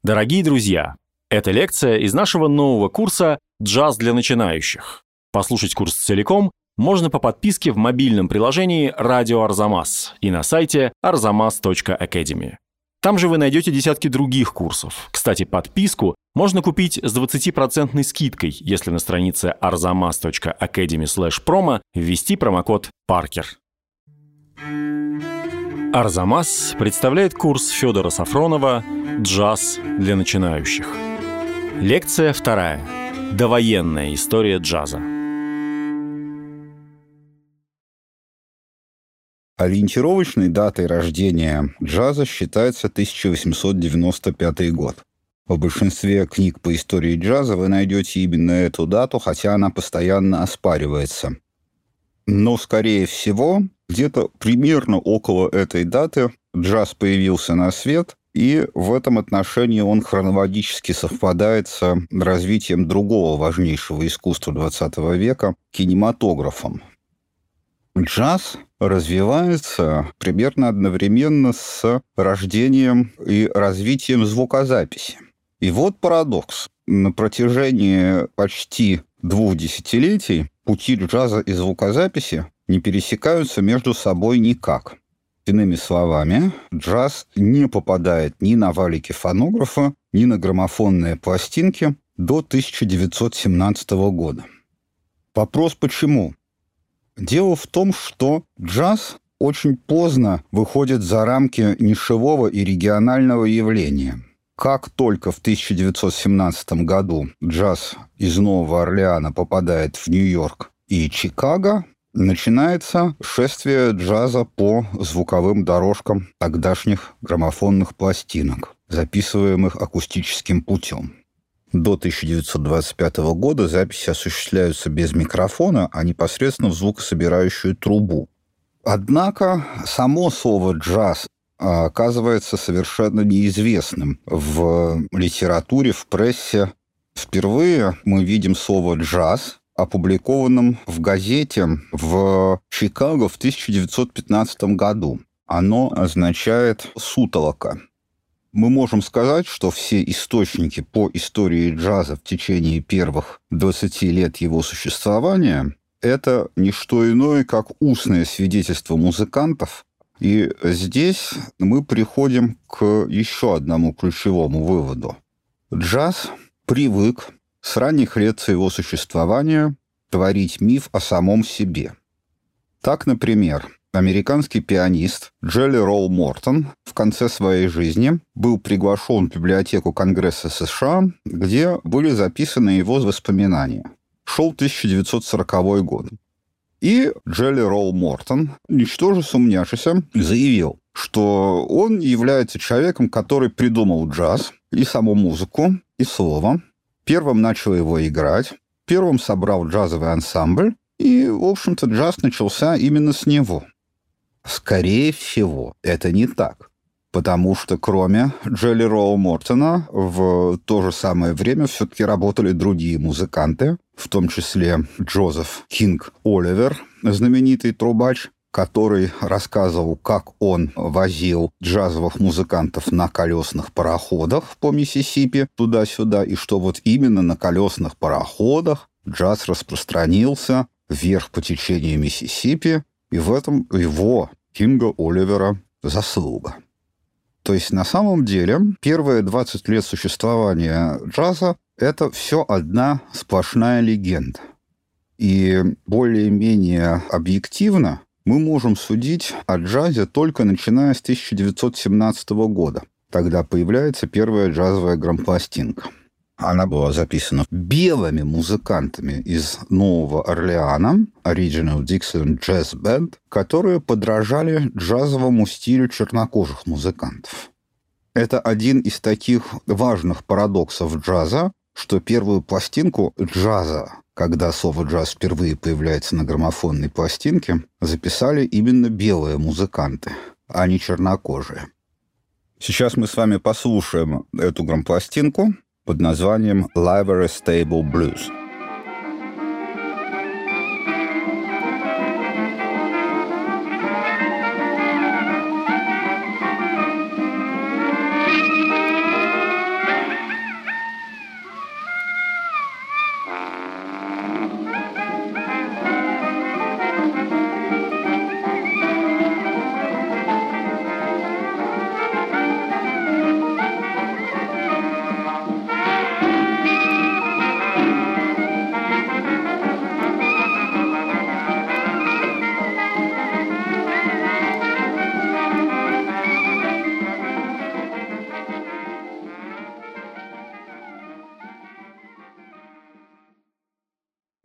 Дорогие друзья, это лекция из нашего нового курса «Джаз для начинающих». Послушать курс целиком можно по подписке в мобильном приложении «Радио Арзамас» и на сайте arzamas.academy. Там же вы найдете десятки других курсов. Кстати, подписку можно купить с 20% скидкой, если на странице arzamas.academy/promo ввести промокод «Паркер». Арзамас представляет курс Федора Сафронова «Джаз для начинающих». Лекция 2. Довоенная история джаза. Ориентировочной датой рождения джаза считается 1895 год. В большинстве книг по истории джаза вы найдете именно эту дату, хотя она постоянно оспаривается. Но, скорее всего, где-то примерно около этой даты джаз появился на свет, и в этом отношении он хронологически совпадает с развитием другого важнейшего искусства XX века – кинематографом. Джаз развивается примерно одновременно с рождением и развитием звукозаписи. И вот парадокс. На протяжении почти 2 десятилетий пути джаза и звукозаписи не пересекаются между собой никак. Иными словами, джаз не попадает ни на валики фонографа, ни на граммофонные пластинки до 1917 года. Вопрос почему? Дело в том, что джаз очень поздно выходит за рамки нишевого и регионального явления. Как только в 1917 году джаз из Нового Орлеана попадает в Нью-Йорк и Чикаго, начинается шествие джаза по звуковым дорожкам тогдашних граммофонных пластинок, записываемых акустическим путем. До 1925 года записи осуществляются без микрофона, а непосредственно в звукособирающую трубу. Однако само слово «джаз» оказывается совершенно неизвестным в литературе, в прессе. Впервые мы видим слово «джаз», опубликованным в газете в Чикаго в 1915 году. Оно означает «сутолока». Мы можем сказать, что все источники по истории джаза в течение первых 20 лет его существования – это не что иное, как устное свидетельство музыкантов. И здесь мы приходим к еще одному ключевому выводу. Джаз привык с ранних лет своего существования творить миф о самом себе. Так, например, американский пианист Джелли Ролл Мортон в конце своей жизни был приглашен в библиотеку Конгресса США, где были записаны его воспоминания. Шел 1940 год. И Джелли Ролл Мортон, ничтоже сумняшися, заявил, что он является человеком, который придумал джаз, и саму музыку, и слово. Первым начал его играть, первым собрал джазовый ансамбль, и, в общем-то, джаз начался именно с него. Скорее всего, это не так. Потому что кроме Джелли Ролл Мортона в то же самое время все-таки работали другие музыканты, в том числе Джозеф Кинг Оливер, знаменитый трубач, который рассказывал, как он возил джазовых музыкантов на колесных пароходах по Миссисипи туда-сюда, и что вот именно на колесных пароходах джаз распространился вверх по течению Миссисипи, и в этом его, Кинга Оливера, заслуга. То есть на самом деле первые 20 лет существования джаза – это все одна сплошная легенда. И более-менее объективно мы можем судить о джазе только начиная с 1917 года. Тогда появляется первая джазовая грампластинка. Она была записана белыми музыкантами из Нового Орлеана, Original Dixieland Jazz Band, которые подражали джазовому стилю чернокожих музыкантов. Это один из таких важных парадоксов джаза, что первую пластинку джаза, когда слово «джаз» впервые появляется на граммофонной пластинке, записали именно белые музыканты, а не чернокожие. Сейчас мы с вами послушаем эту грампластинку под названием «Livery Stable Blues».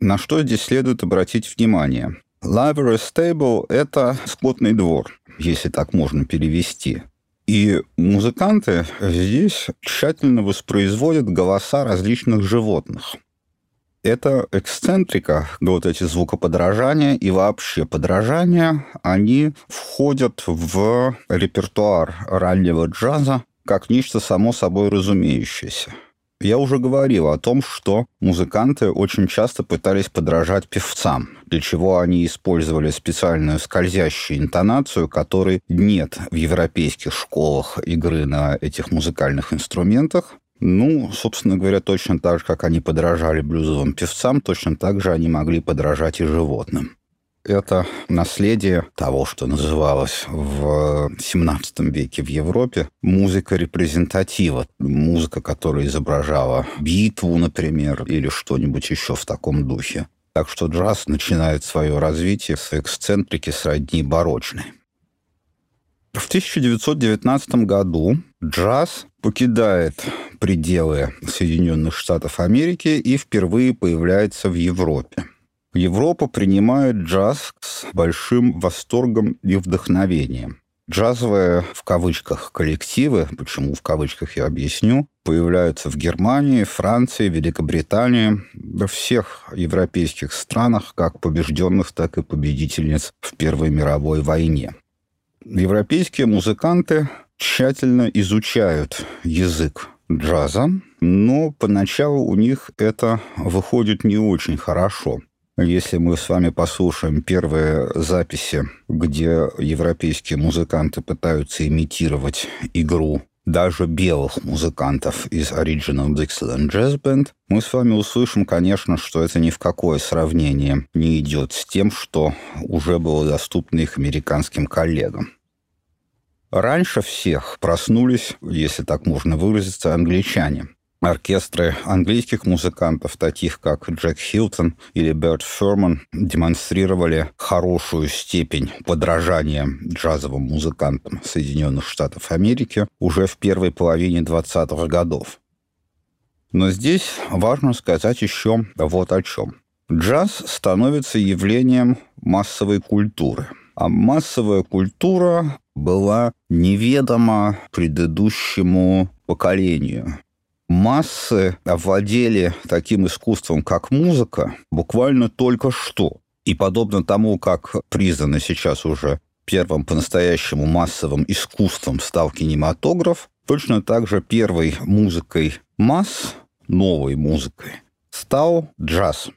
На что здесь следует обратить внимание? Livery stable – это скотный двор, если так можно перевести. И музыканты здесь тщательно воспроизводят голоса различных животных. Это эксцентрика, вот эти звукоподражания и вообще подражания, они входят в репертуар раннего джаза как нечто само собой разумеющееся. Я уже говорил о том, что музыканты очень часто пытались подражать певцам, для чего они использовали специальную скользящую интонацию, которой нет в европейских школах игры на этих музыкальных инструментах. Ну, собственно говоря, точно так же, как они подражали блюзовым певцам, точно так же они могли подражать и животным. Это наследие того, что называлось в XVII веке в Европе музыка репрезентатива. Музыка, которая изображала битву, например, или что-нибудь еще в таком духе. Так что джаз начинает свое развитие с эксцентрики сродни барочной. В 1919 году джаз покидает пределы Соединенных Штатов Америки и впервые появляется в Европе. Европа принимает джаз с большим восторгом и вдохновением. Джазовые, в кавычках, коллективы, почему в кавычках я объясню, появляются в Германии, Франции, Великобритании, во всех европейских странах, как побежденных, так и победительниц в Первой мировой войне. Европейские музыканты тщательно изучают язык джаза, но поначалу у них это выходит не очень хорошо. Если мы с вами послушаем первые записи, где европейские музыканты пытаются имитировать игру даже белых музыкантов из Original Dixieland Jazz Band, мы с вами услышим, конечно, что это ни в какое сравнение не идет с тем, что уже было доступно их американским коллегам. Раньше всех проснулись, если так можно выразиться, англичане. Оркестры английских музыкантов, таких как Джек Хилтон или Берт Ферман, демонстрировали хорошую степень подражания джазовым музыкантам Соединенных Штатов Америки уже в первой половине 20-х годов. Но здесь важно сказать еще вот о чем. Джаз становится явлением массовой культуры. А массовая культура была неведома предыдущему поколению. Массы овладели таким искусством, как музыка, буквально только что. И подобно тому, как признано сейчас уже первым по-настоящему массовым искусством стал кинематограф, точно так же первой музыкой масс, новой музыкой, стал джаз.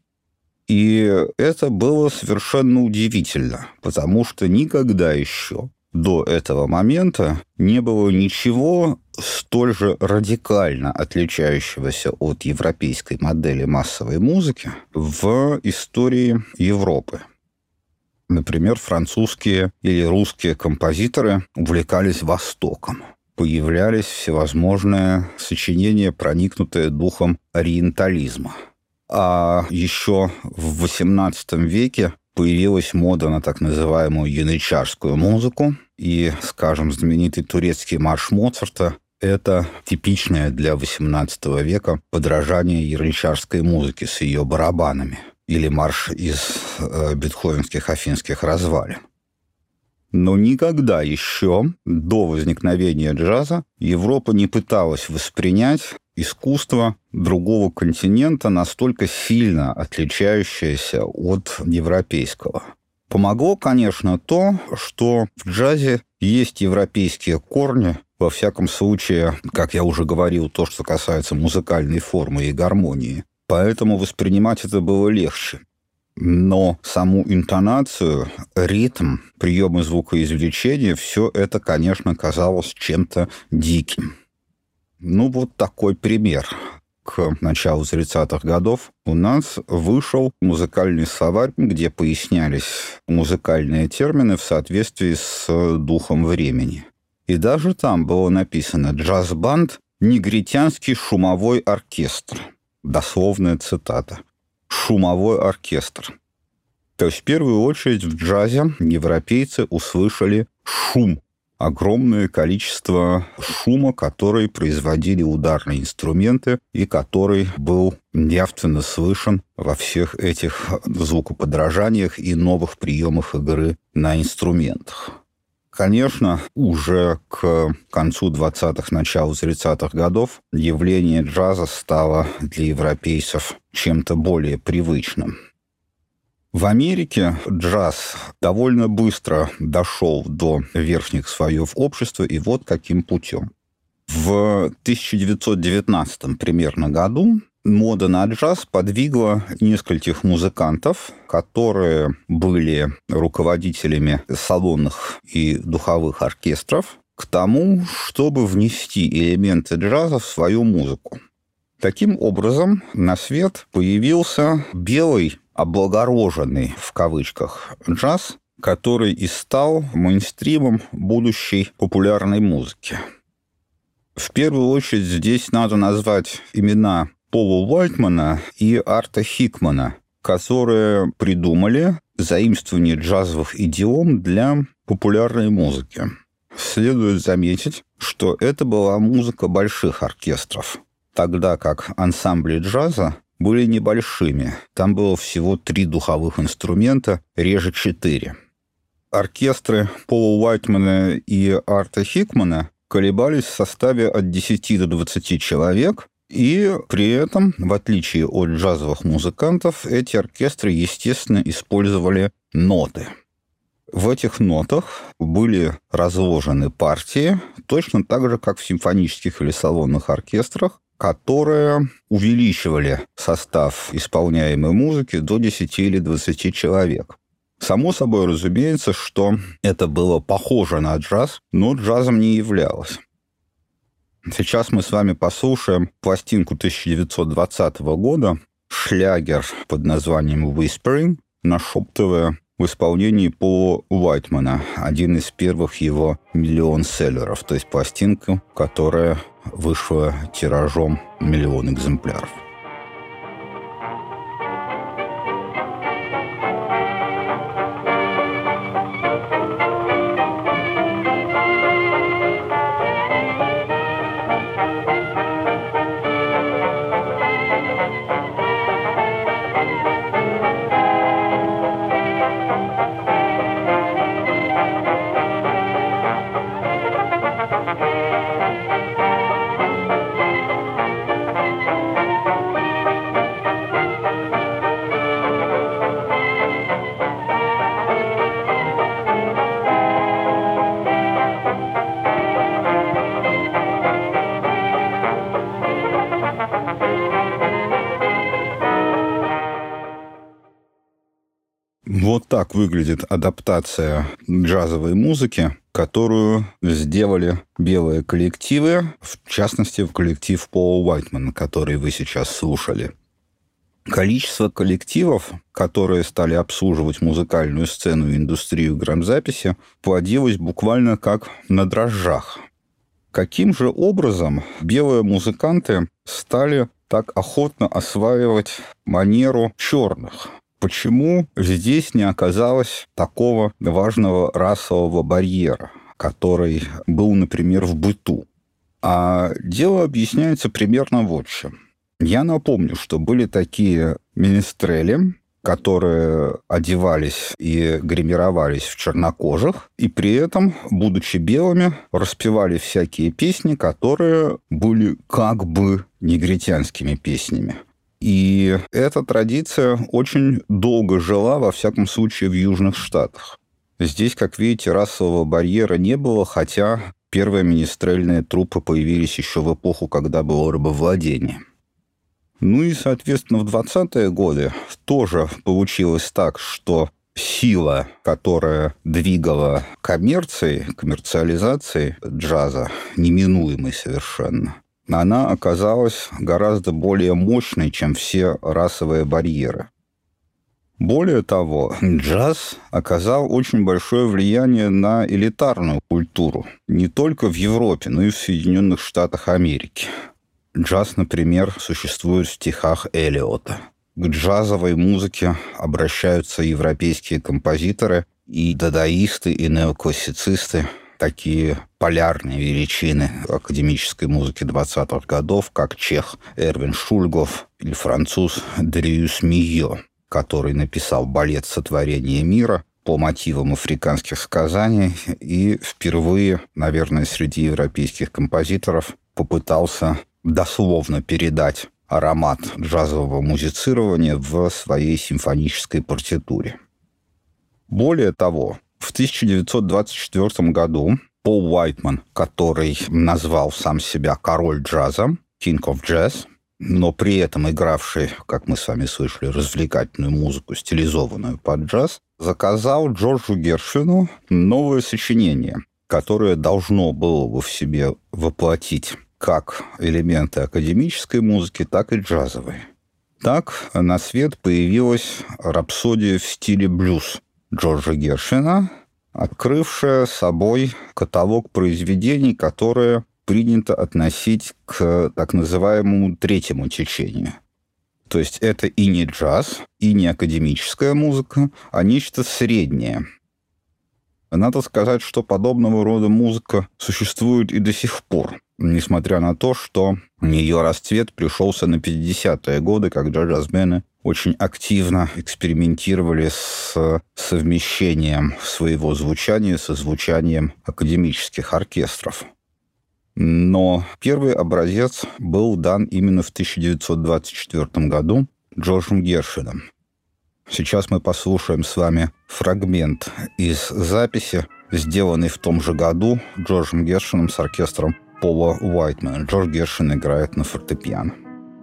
И это было совершенно удивительно, потому что никогда еще до этого момента не было ничего столь же радикально отличающегося от европейской модели массовой музыки в истории Европы. Например, французские или русские композиторы увлекались Востоком. Появлялись всевозможные сочинения, проникнутые духом ориентализма. А еще в XVIII веке появилась мода на так называемую янычарскую музыку. И, скажем, знаменитый турецкий марш Моцарта – это типичное для XVIII века подражание янычарской музыки с ее барабанами. Или марш из бетховенских афинских развалин. Но никогда еще до возникновения джаза Европа не пыталась воспринять искусство другого континента, настолько сильно отличающееся от европейского. Помогло, конечно, то, что в джазе есть европейские корни. Во всяком случае, как я уже говорил, то, что касается музыкальной формы и гармонии. Поэтому воспринимать это было легче. Но саму интонацию, ритм, приемы звукоизвлечения, все это, конечно, казалось чем-то диким. Ну, вот такой пример. К началу 30-х годов у нас вышел музыкальный словарь, где пояснялись музыкальные термины в соответствии с духом времени. И даже там было написано «джаз-банд – негритянский шумовой оркестр». Дословная цитата. Шумовой оркестр. То есть в первую очередь в джазе европейцы услышали шум, огромное количество шума, который производили ударные инструменты и который был явственно слышен во всех этих звукоподражаниях и новых приемах игры на инструментах. Конечно, уже к концу 20-х, началу 30-х годов явление джаза стало для европейцев чем-то более привычным. В Америке джаз довольно быстро дошел до верхних слоев общества, и вот каким путем. В 1919 примерно году мода на джаз подвигла нескольких музыкантов, которые были руководителями салонных и духовых оркестров, к тому, чтобы внести элементы джаза в свою музыку. Таким образом, на свет появился белый, облагороженный, в кавычках, джаз, который и стал мейнстримом будущей популярной музыки. В первую очередь здесь надо назвать имена Пола Уайтмана и Арта Хикмана, которые придумали заимствование джазовых идиом для популярной музыки. Следует заметить, что это была музыка больших оркестров, тогда как ансамбли джаза были небольшими. Там было всего 3 духовых инструмента, реже 4. Оркестры Пола Уайтмана и Арта Хикмана колебались в составе от 10 до 20 человек, и при этом, в отличие от джазовых музыкантов, эти оркестры, естественно, использовали ноты. В этих нотах были разложены партии, точно так же, как в симфонических или салонных оркестрах, которые увеличивали состав исполняемой музыки до 10 или 20 человек. Само собой разумеется, что это было похоже на джаз, но джазом не являлось. Сейчас мы с вами послушаем пластинку 1920 года, шлягер под названием «Whispering», нашептывая в исполнении Пола Уайтмана, один из первых его миллион-селлеров, то есть пластинка, которая вышла тиражом 1 000 000 экземпляров. Вот так выглядит адаптация джазовой музыки, которую сделали белые коллективы, в частности, коллектив Пола Уайтмана, который вы сейчас слушали. Количество коллективов, которые стали обслуживать музыкальную сцену и индустрию грамзаписи, плодилось буквально как на дрожжах. Каким же образом белые музыканты стали так охотно осваивать манеру черных? Почему здесь не оказалось такого важного расового барьера, который был, например, в быту? А дело объясняется примерно вот чем. Я напомню, что были такие менестрели, которые одевались и гримировались в чернокожих, и при этом, будучи белыми, распевали всякие песни, которые были как бы негритянскими песнями. И эта традиция очень долго жила, во всяком случае, в Южных Штатах. Здесь, как видите, расового барьера не было, хотя первые менестрельные труппы появились еще в эпоху, когда было рабовладение. Ну и, соответственно, в 20-е годы тоже получилось так, что сила, которая двигала коммерциализацией джаза, неминуемой совершенно, она оказалась гораздо более мощной, чем все расовые барьеры. Более того, джаз оказал очень большое влияние на элитарную культуру, не только в Европе, но и в Соединенных Штатах Америки. Джаз, например, существует в стихах Элиота. К джазовой музыке обращаются европейские композиторы и дадаисты, и неоклассицисты, такие полярные величины академической музыки 20-х годов, как чех Эрвин Шульгов или француз Дриус Мийо, который написал балет «Сотворение мира» по мотивам африканских сказаний и впервые, наверное, среди европейских композиторов попытался дословно передать аромат джазового музицирования в своей симфонической партитуре. Более того, в 1924 году Пол Уайтман, который назвал сам себя король джаза, King of Jazz, но при этом игравший, как мы с вами слышали, развлекательную музыку, стилизованную под джаз, заказал Джорджу Гершвину новое сочинение, которое должно было бы в себе воплотить как элементы академической музыки, так и джазовой. Так на свет появилась рапсодия в стиле блюз Джорджа Гершвина, открывшая собой каталог произведений, которые принято относить к так называемому третьему течению. То есть это и не джаз, и не академическая музыка, а нечто среднее. Надо сказать, что подобного рода музыка существует и до сих пор, несмотря на то, что ее расцвет пришелся на 50-е годы, когда джазмены очень активно экспериментировали с совмещением своего звучания со звучанием академических оркестров. Но первый образец был дан именно в 1924 году Джорджем Гершвином. Сейчас мы послушаем с вами фрагмент из записи, сделанной в том же году Джорджем Гершвином с оркестром Пола Уайтмана. Джордж Гершвин играет на фортепиано.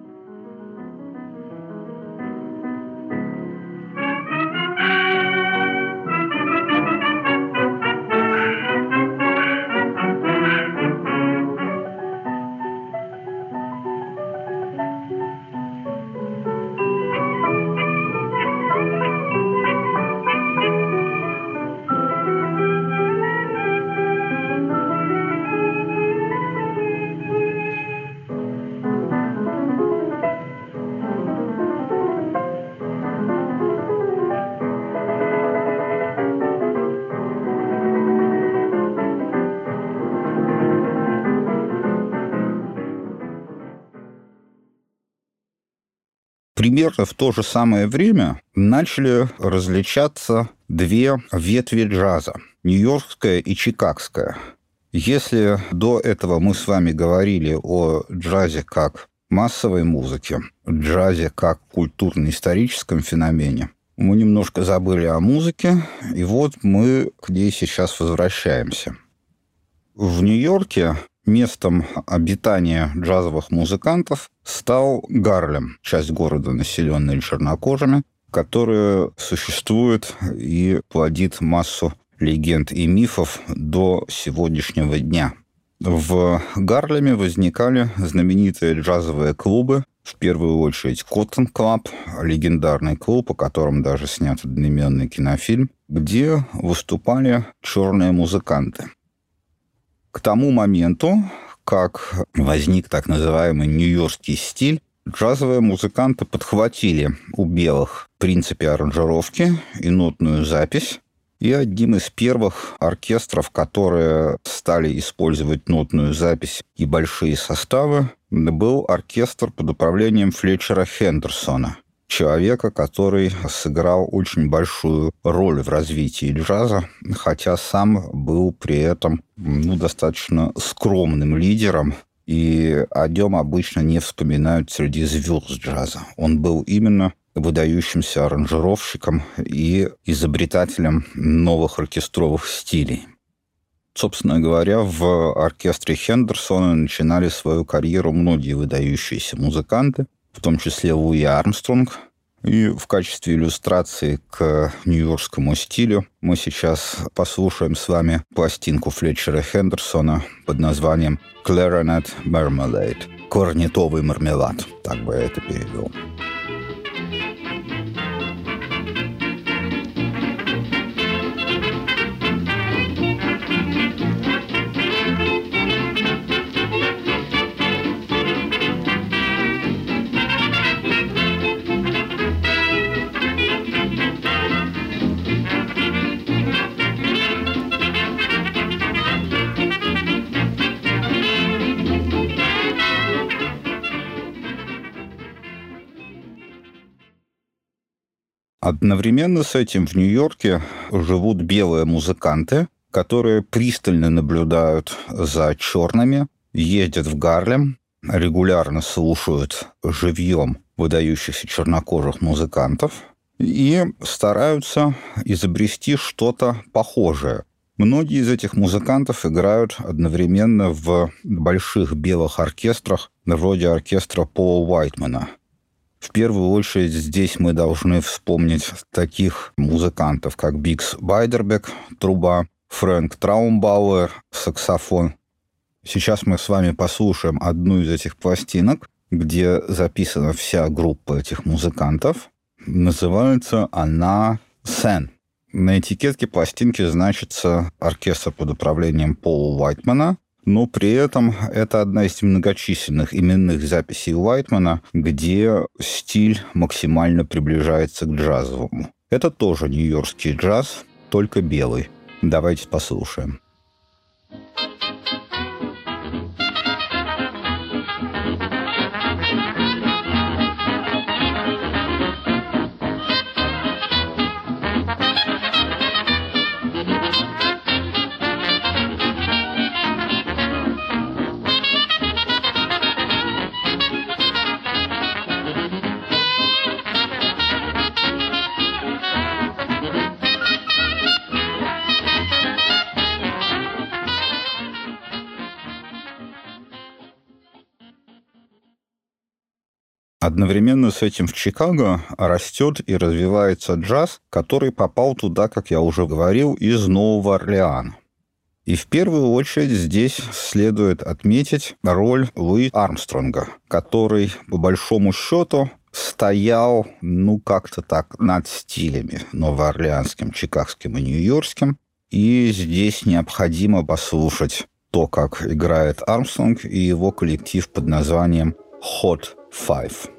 Примерно в то же самое время начали различаться две ветви джаза – нью-йоркская и чикагская. Если до этого мы с вами говорили о джазе как массовой музыке, джазе как культурно-историческом феномене, мы немножко забыли о музыке, и вот мы к ней сейчас возвращаемся. В Нью-Йорке местом обитания джазовых музыкантов стал Гарлем, часть города, населенная чернокожими, которая существует и плодит массу легенд и мифов до сегодняшнего дня. В Гарлеме возникали знаменитые джазовые клубы, в первую очередь Коттон Клаб, легендарный клуб, о котором даже снят одноименный кинофильм, где выступали черные музыканты. К тому моменту, как возник так называемый нью-йоркский стиль, джазовые музыканты подхватили у белых в принципе аранжировки и нотную запись. И одним из первых оркестров, которые стали использовать нотную запись и большие составы, был оркестр под управлением Флетчера Хендерсона, человека, который сыграл очень большую роль в развитии джаза, хотя сам был при этом достаточно скромным лидером, и о нем обычно не вспоминают среди звезд джаза. Он был именно выдающимся аранжировщиком и изобретателем новых оркестровых стилей. Собственно говоря, в оркестре Хендерсона начинали свою карьеру многие выдающиеся музыканты, в том числе Луи Армстронг. И в качестве иллюстрации к нью-йоркскому стилю мы сейчас послушаем с вами пластинку Флетчера Хендерсона под названием «Clarinet Marmalade» – «Кларнетовый мармелад», так бы я это перевел. Одновременно с этим в Нью-Йорке живут белые музыканты, которые пристально наблюдают за черными, ездят в Гарлем, регулярно слушают живьем выдающихся чернокожих музыкантов и стараются изобрести что-то похожее. Многие из этих музыкантов играют одновременно в больших белых оркестрах, вроде оркестра Пола Уайтмана. В первую очередь здесь мы должны вспомнить таких музыкантов, как Бикс Байдербек, труба, Фрэнк Траумбауэр, саксофон. Сейчас мы с вами послушаем одну из этих пластинок, где записана вся группа этих музыкантов. Называется она «Сэн». На этикетке пластинки значится оркестр под управлением Пола Уайтмана, но при этом это одна из многочисленных именных записей Уайтмана, где стиль максимально приближается к джазовому. Это тоже нью-йоркский джаз, только белый. Давайте послушаем. Одновременно с этим в Чикаго растет и развивается джаз, который попал туда, как я уже говорил, из Нового Орлеана. И в первую очередь здесь следует отметить роль Луи Армстронга, который, по большому счету, стоял, как-то так, над стилями новоорлеанским, чикагским и нью-йоркским. И здесь необходимо послушать то, как играет Армстронг и его коллектив под названием Hot Five.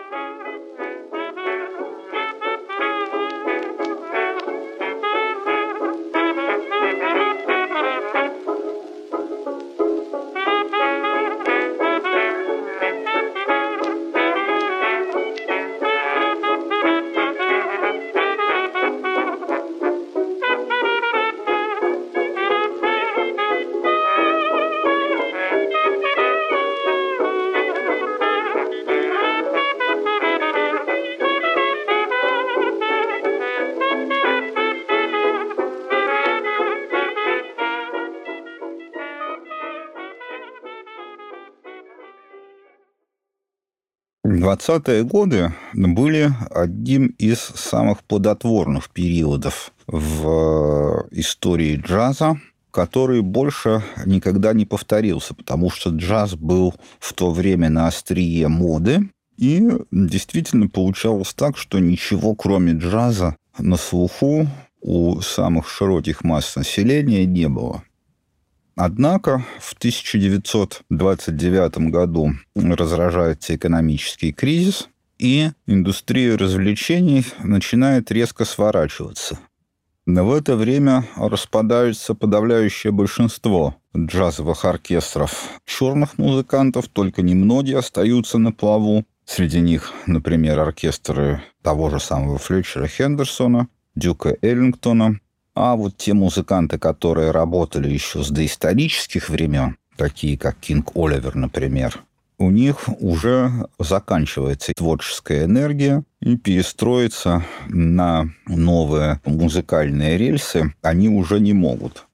Двадцатые годы были одним из самых плодотворных периодов в истории джаза, который больше никогда не повторился, потому что джаз был в то время на острие моды, и действительно получалось так, что ничего, кроме джаза, на слуху у самых широких масс населения не было. Однако в 1929 году разражается экономический кризис, и индустрия развлечений начинает резко сворачиваться. В это время распадаются подавляющее большинство джазовых оркестров черных музыкантов, только немногие остаются на плаву. Среди них, например, оркестры того же самого Флетчера Хендерсона, Дюка Эллингтона. А вот те музыканты, которые работали еще с доисторических времен, такие как Кинг Оливер, например, у них уже заканчивается творческая энергия, и перестроиться на новые музыкальные рельсы они уже не могут.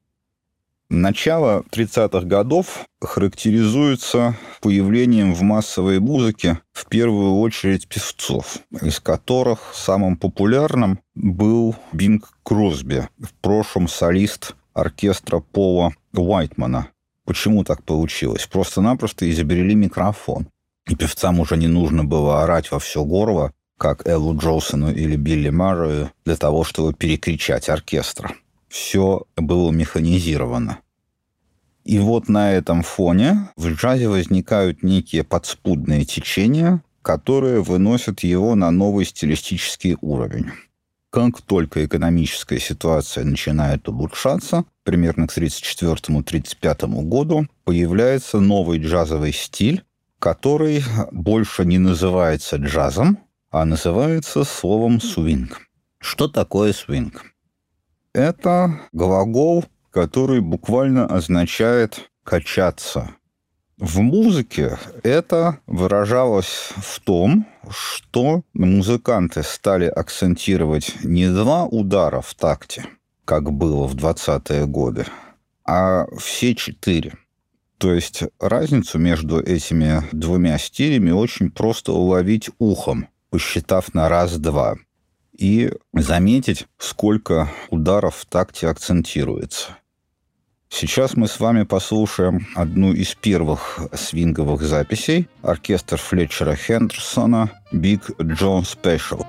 Начало 30-х годов характеризуется появлением в массовой музыке в первую очередь певцов, из которых самым популярным был Бинг Кросби, в прошлом солист оркестра Пола Уайтмана. Почему так получилось? Просто-напросто изобрели микрофон. И певцам уже не нужно было орать во все горло, как Эллу Джолсону или Билли Маррею, для того, чтобы перекричать оркестр. Все было механизировано. И вот на этом фоне в джазе возникают некие подспудные течения, которые выносят его на новый стилистический уровень. Как только экономическая ситуация начинает улучшаться, примерно к 1934-1935 году, появляется новый джазовый стиль, который больше не называется джазом, а называется словом «свинг». Что такое свинг? Это глагол, который буквально означает «качаться». В музыке это выражалось в том, что музыканты стали акцентировать не 2 удара в такте, как было в 20-е годы, а все 4. То есть разницу между этими 2 стилями очень просто уловить ухом, посчитав на 1-2, и заметить, сколько ударов в такте акцентируется. Сейчас мы с вами послушаем одну из первых свинговых записей оркестра Флетчера Хендерсона «Big John Special».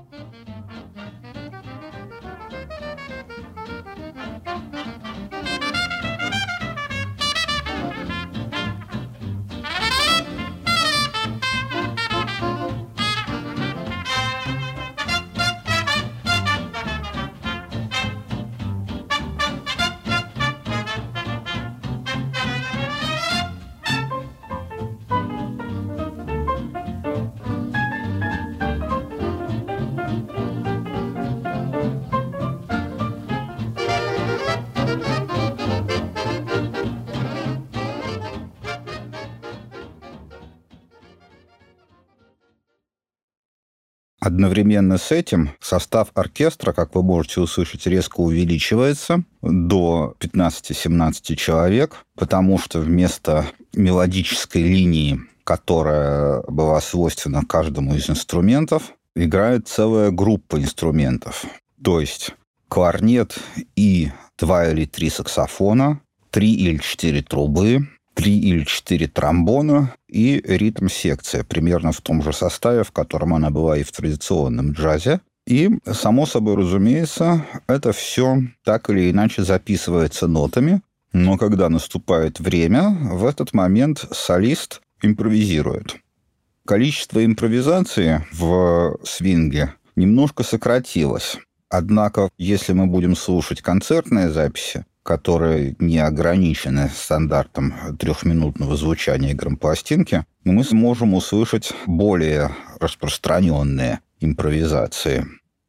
Одновременно с этим состав оркестра, как вы можете услышать, резко увеличивается до 15-17 человек, потому что вместо мелодической линии, которая была свойственна каждому из инструментов, играет целая группа инструментов. То есть кларнет и 2 или 3 саксофона, 3 или 4 трубы, 3 или 4 тромбона и ритм-секция, примерно в том же составе, в котором она была и в традиционном джазе. И, само собой разумеется, это все так или иначе записывается нотами, но когда наступает время, в этот момент солист импровизирует. Количество импровизации в свинге немножко сократилось. Однако, если мы будем слушать концертные записи, которые не ограничены стандартом 3-минутного звучания грампластинки, мы сможем услышать более распространенные импровизации.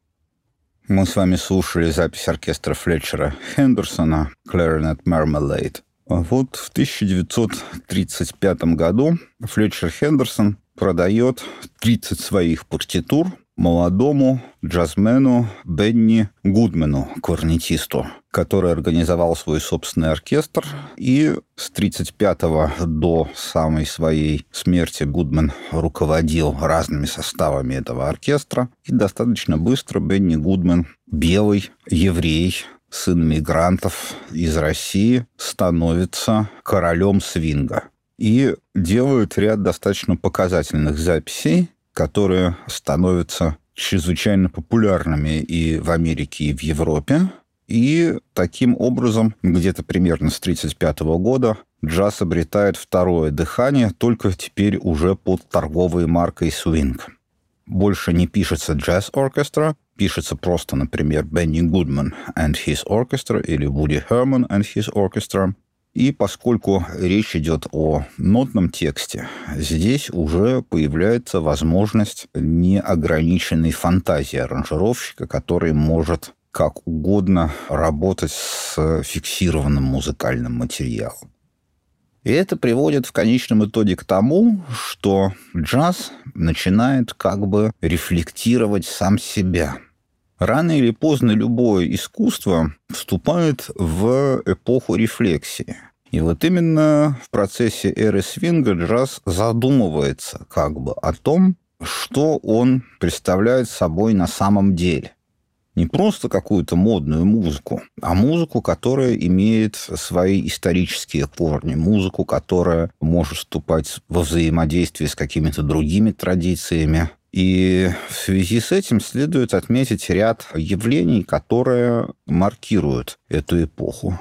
Мы с вами слушали запись оркестра Флетчера Хендерсона «Clarinet Marmalade». Вот в 1935 году Флетчер Хендерсон продает 30 своих партитур молодому джазмену Бенни Гудмену, кларнетисту, который организовал свой собственный оркестр. И с 1935 до самой своей смерти Гудмен руководил разными составами этого оркестра. И достаточно быстро Бенни Гудмен, белый еврей, сын мигрантов из России, становится королем свинга. И делает ряд достаточно показательных записей, которые становятся чрезвычайно популярными и в Америке, и в Европе. И таким образом, где-то примерно с 1935 года джаз обретает второе дыхание, только теперь уже под торговой маркой свинг. Больше не пишется Jazz Orchestra, пишется просто, например, Benny Goodman and His Orchestra или Woody Herman and His Orchestra. И поскольку речь идет о нотном тексте, здесь уже появляется возможность неограниченной фантазии аранжировщика, который может как угодно работать с фиксированным музыкальным материалом. И это приводит в конечном итоге к тому, что джаз начинает как бы рефлектировать сам себя. Рано или поздно любое искусство вступает в эпоху рефлексии. И вот именно в процессе эры свинга джаз задумывается как бы о том, что он представляет собой на самом деле. Не просто какую-то модную музыку, а музыку, которая имеет свои исторические корни, музыку, которая может вступать во взаимодействие с какими-то другими традициями. И в связи с этим следует отметить ряд явлений, которые маркируют эту эпоху.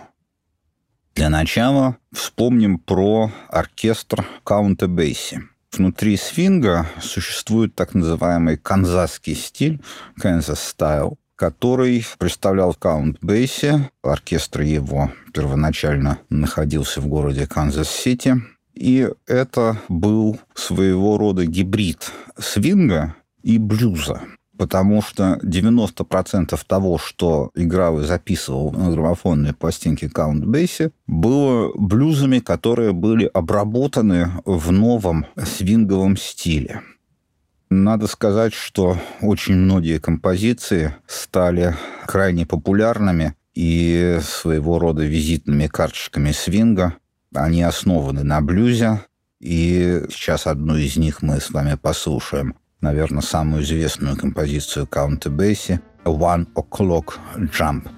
Для начала вспомним про оркестр Каунта Бейси. Внутри свинга существует так называемый канзасский стиль, Kansas Style, который представлял Каунт Бейси. Оркестр его первоначально находился в городе Канзас-Сити. И это был своего рода гибрид свинга и блюза. Потому что 90% того, что играл и записывал на граммофонной пластинке Каунт Бейси, было блюзами, которые были обработаны в новом свинговом стиле. Надо сказать, что очень многие композиции стали крайне популярными и своего рода визитными карточками свинга. Они основаны на блюзе, и сейчас одну из них мы с вами послушаем. Наверное, самую известную композицию Каунта Бейси «One O'Clock Jump».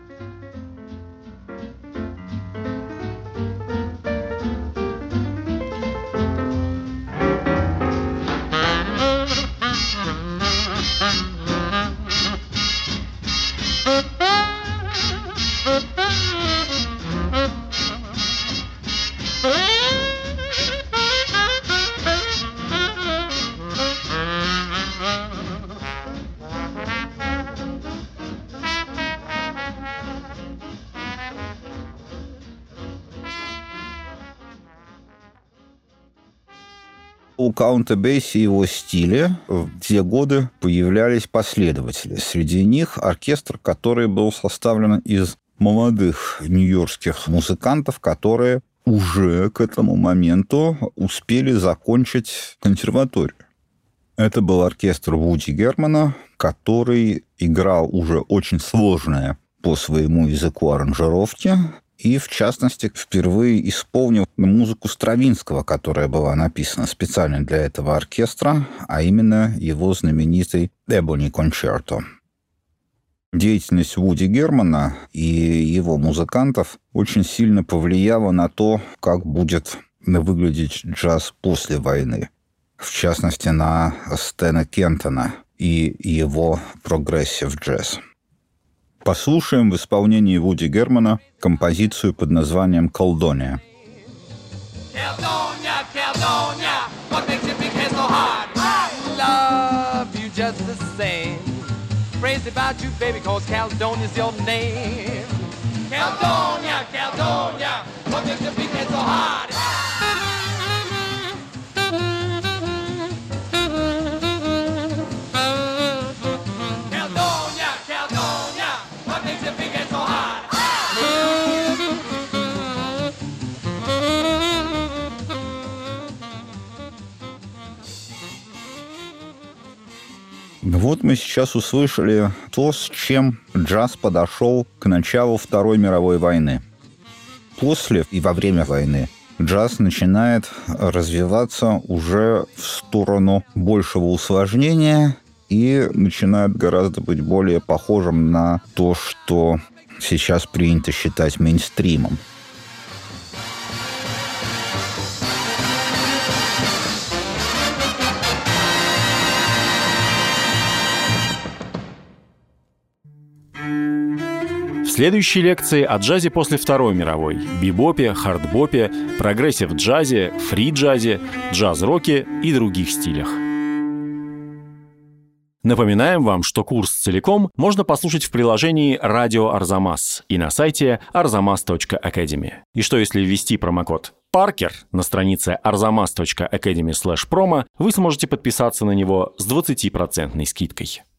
У Каунта Бейси и его стиля в те годы появлялись последователи. Среди них оркестр, который был составлен из молодых нью-йоркских музыкантов, которые уже к этому моменту успели закончить консерваторию. Это был оркестр Вуди Германа, который играл уже очень сложные по своему языку аранжировки, и, в частности, впервые исполнил музыку Стравинского, которая была написана специально для этого оркестра, а именно его знаменитый «Ebony Concerto». Деятельность Вуди Германа и его музыкантов очень сильно повлияла на то, как будет выглядеть джаз после войны. В частности, на Стэна Кентона и его прогрессив-джаз. Послушаем в исполнении Вуди Германа композицию под названием «Колдония». Caledonia, Caledonia, what makes your big head so hard? I love you just the same. Crazy about you, baby, cause Caledonia's your name. Caledonia, Caledonia, what makes your big head so hard? Caledonia, Caledonia, what makes your big head so hard? Вот мы сейчас услышали то, с чем джаз подошел к началу Второй мировой войны. После и во время войны джаз начинает развиваться уже в сторону большего усложнения и начинает гораздо быть более похожим на то, что сейчас принято считать мейнстримом. В следующей лекции о джазе после Второй мировой, бибопе, хардбопе, прогрессив-джазе, фри-джазе, джаз-роке и других стилях. Напоминаем вам, что курс целиком можно послушать в приложении «Радио Арзамас» и на сайте arzamas.academy. И что если ввести промокод «Паркер» на странице arzamas.academy/promo, вы сможете подписаться на него с 20% скидкой.